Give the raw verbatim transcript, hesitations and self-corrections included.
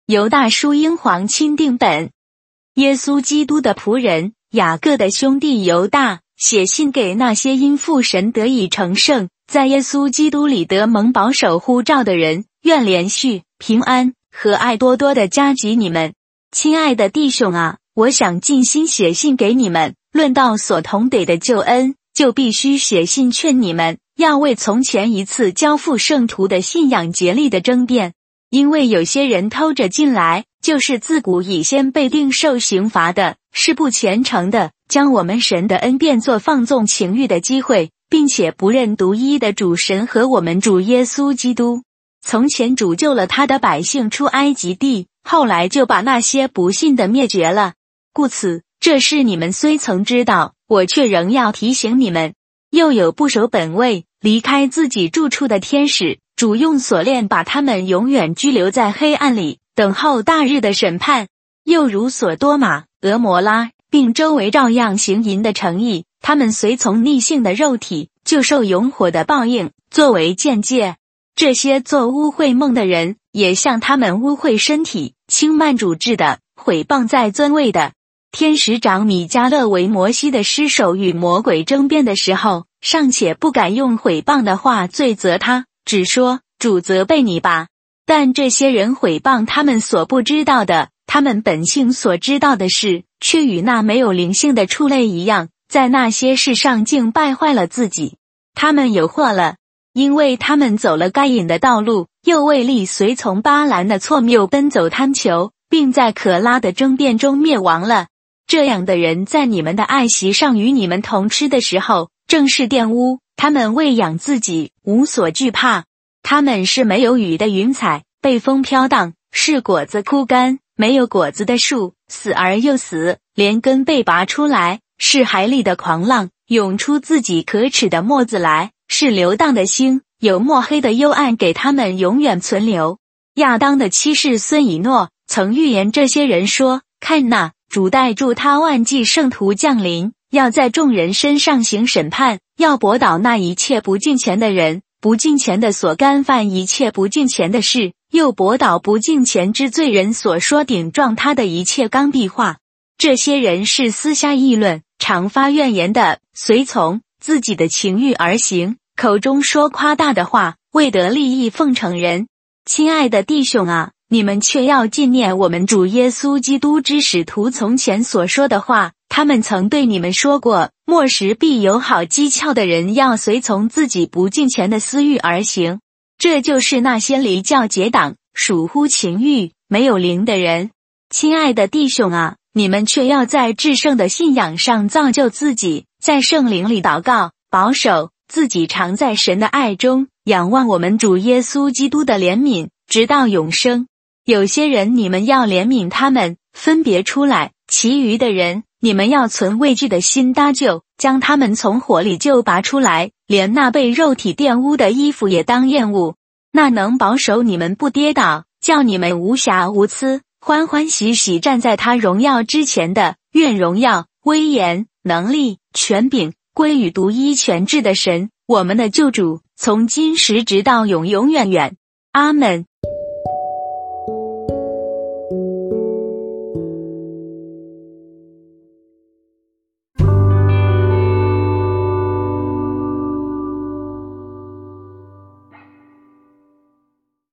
犹大书英皇钦定本。耶稣基督的仆人，雅各的兄弟犹大，写信给那些因父神得以成圣，在耶稣基督里得蒙保守呼召的人，愿连续、平安和爱多多的加给你们。亲爱的弟兄啊，我想尽心写信给你们，论到所同得的救恩，就必须写信劝你们，要为从前一次交付圣徒的信仰竭力的争辩。因为有些人偷着进来，就是自古以先被定受刑罚的，是不虔诚的，将我们神的恩变作放纵情欲的机会，并且不认独一的主神和我们主耶稣基督。从前主救了他的百姓出埃及地，后来就把那些不信的灭绝了。故此，这事你们虽曾知道，我却仍要提醒你们。又有不守本位，离开自己住处的天使，主用锁链把他们永远拘留在黑暗里，等候大日的审判。又如所多玛、俄摩拉，并周围照样行淫的城邑，他们随从逆性的肉体，就受永火的报应，作为鉴戒。这些做污秽梦的人，也像他们污秽身体、轻慢主治的、毁谤在尊位的。天使长米迦勒为摩西的尸首与魔鬼争辩的时候，尚且不敢用毁谤的话罪责他，只说主责备你吧。但这些人毁谤他们所不知道的，他们本性所知道的事，却与那没有灵性的畜类一样，在那些事上竟败坏了自己。他们有祸了，因为他们走了该隐的道路，又为利随从巴兰的错谬奔走贪求，并在可拉的争辩中灭亡了。这样的人在你们的爱席上与你们同吃的时候，正是玷污，他们喂养自己，无所惧怕。他们是没有雨的云彩，被风飘荡，是果子枯干，没有果子的树，死而又死，连根被拔出来，是海里的狂浪，涌出自己可耻的沫子来，是流荡的星，有墨黑的幽暗给他们永远存留。亚当的妻室孙以诺曾预言这些人说，看哪，主带住他万计圣徒降临，要在众人身上行审判，要驳倒那一切不敬虔的人，不敬虔的所干犯一切不敬虔的事，又驳倒不敬虔之罪人所说顶撞他的一切刚愎话。这些人是私下议论，常发怨言的，随从自己的情欲而行，口中说夸大的话，为得利益奉承人。亲爱的弟兄啊，你们却要纪念我们主耶稣基督之使徒从前所说的话，他们曾对你们说过，末时必有好讥诮的人要随从自己不敬虔的私欲而行。这就是那些离教结党、属乎情欲、没有灵的人。亲爱的弟兄啊，你们却要在至圣的信仰上造就自己，在圣灵里祷告，保守自己常在神的爱中，仰望我们主耶稣基督的怜悯，直到永生。有些人你们要怜悯他们，分别出来，其余的人你们要存畏惧的心搭救，将他们从火里救拔出来，连那被肉体玷污的衣服也当厌恶。那能保守你们不跌倒，叫你们无瑕无疵，欢欢喜喜站在他荣耀之前的，愿荣耀、威严、能力、权柄归于独一全智的神，我们的救主，从今时直到永永远远。阿们。